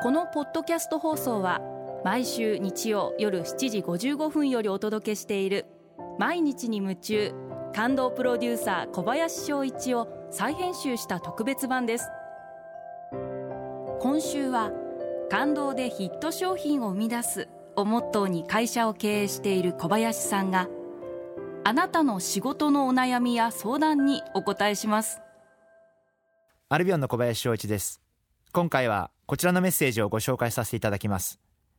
このポッドキャスト放送は毎週日曜夜7時55分よりお届けしている毎日に夢中感動プロデューサー小林翔一を再編集した特別版です。今週は感動でヒット商品を生み出すをモットーに会社を経営している小林さんがあなたの仕事のお悩みや相談にお答えします。 アルビオンの小林翔一です。今回はこちらのメッセージをご紹介させていただきます。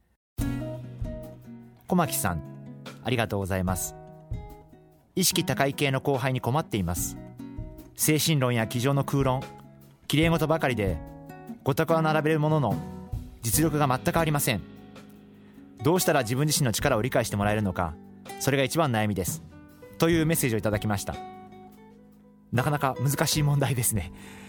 小牧さん、ありがとうございます。意識高い系の後輩に困っています。精神論や机上の空論、きれい事ばかりでごたくは並べるものの実力が全くありません。どうしたら自分自身の力を理解してもらえるのか、それが一番悩みです、というメッセージをいただきました。なかなか難しい問題ですね。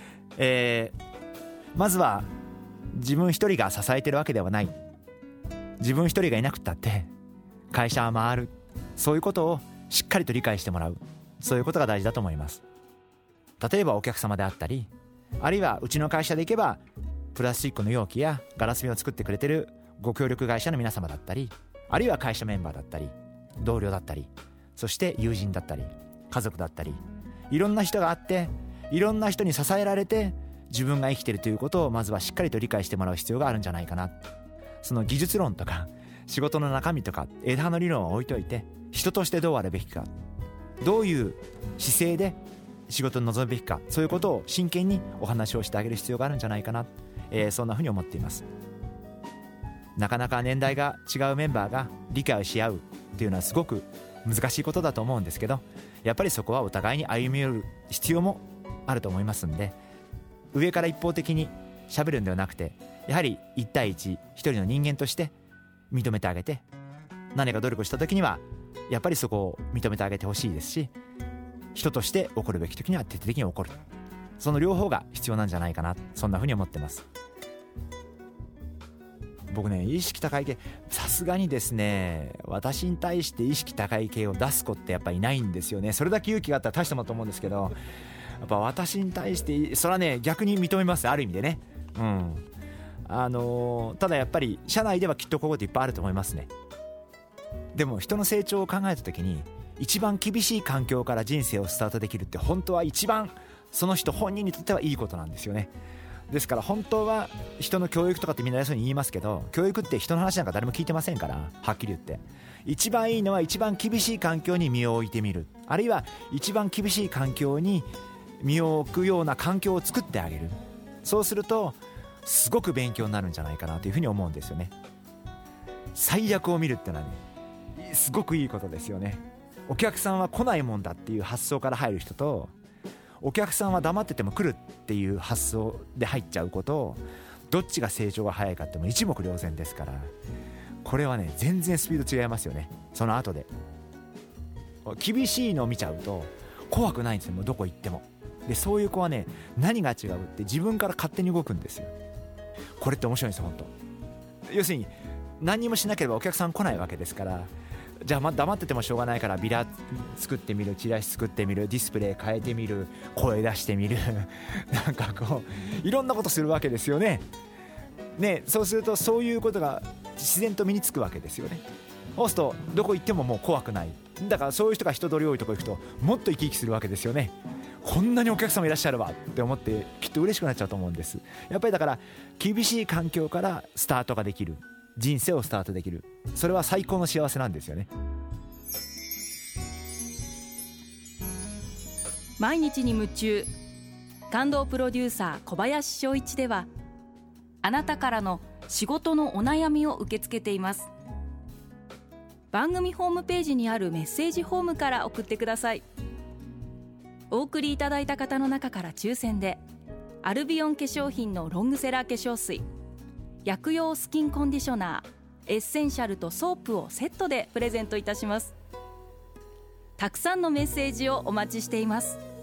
まずは自分一人が支えてるわけではない。自分一人がいなくったって会社は回る、そういうことをしっかりと理解してもらう、そういうことが大事だと思います。例えばお客様であったり、あるいはうちの会社でいけばプラスチックの容器やガラス瓶を作ってくれてるご協力会社の皆様だったり、あるいは会社メンバーだったり、同僚だったり、そして友人だったり家族だったり、いろんな人があって、いろんな人に支えられて自分が生きているということをまずはしっかりと理解してもらう必要があるんじゃないかな。その技術論とか仕事の中身とか枝葉の理論を置いといて、人としてどうあるべきか、どういう姿勢で仕事に臨むべきか、そういうことを真剣にお話をしてあげる必要があるんじゃないかな、そんなふうに思っています。なかなか年代が違うメンバーが理解をし合うっていうのはすごく難しいことだと思うんですけど、やっぱりそこはお互いに歩み寄る必要もあると思いますんで、上から一方的に喋るんではなくて、やはり1対1、一人の人間として認めてあげて、何か努力した時にはやっぱりそこを認めてあげてほしいですし、人として怒るべき時には徹底的に怒る、その両方が必要なんじゃないかな、そんなふうに思ってます。僕ね、意識高い系、さすがにですね、私に対して意識高い系を出す子ってやっぱいないんですよね。それだけ勇気があったら大したもんと思うんですけど、やっぱ私に対してそれはね、逆に認めます、ある意味でね。ただやっぱり社内ではきっとこういうこといっぱいあると思いますね。でも人の成長を考えた時に、一番厳しい環境から人生をスタートできるって本当は一番その人本人にとってはいいことなんですよね。ですから本当は人の教育とかってみんな偉そうに言いますけど、教育って人の話なんか誰も聞いてませんから、はっきり言って一番いいのは一番厳しい環境に身を置いてみる、あるいは一番厳しい環境に身を置くような環境を作ってあげる。そうするとすごく勉強になるんじゃないかなというふうに思うんですよね。最悪を見るってのはね、すごくいいことですよね。お客さんは来ないもんだっていう発想から入る人と、お客さんは黙ってても来るっていう発想で入っちゃうこと、どっちが成長が早いかっても一目瞭然ですから、これはね全然スピード違いますよね。その後で厳しいのを見ちゃうと怖くないんですよ、もうどこ行っても。でそういう子はね、何が違うって自分から勝手に動くんですよ。これって面白いんですよ本当。要するに何にもしなければお客さん来ないわけですから、じゃあ黙っててもしょうがないからビラ作ってみる、チラシ作ってみる、ディスプレイ変えてみる、声出してみるなんかこういろんなことするわけですよね。そうするとそういうことが自然と身につくわけですよね。そうするとどこ行ってももう怖くない。だからそういう人が人通り多いとこ行くともっと生き生きするわけですよね。こんなにお客様いらっしゃるわって思ってきっと嬉しくなっちゃうと思うんです。やっぱりだから厳しい環境からスタートができる、人生をスタートできる、それは最高の幸せなんですよね。 毎日に夢中感動プロデューサー小林翔一では、あなたからの仕事のお悩みを受け付けています。番組ホームページにあるメッセージフォームから送ってください。お送りいただいた方の中から抽選でアルビオン化粧品のロングセラー化粧水、薬用スキンコンディショナー、エッセンシャルとソープをセットでプレゼントいたします。たくさんのメッセージをお待ちしています。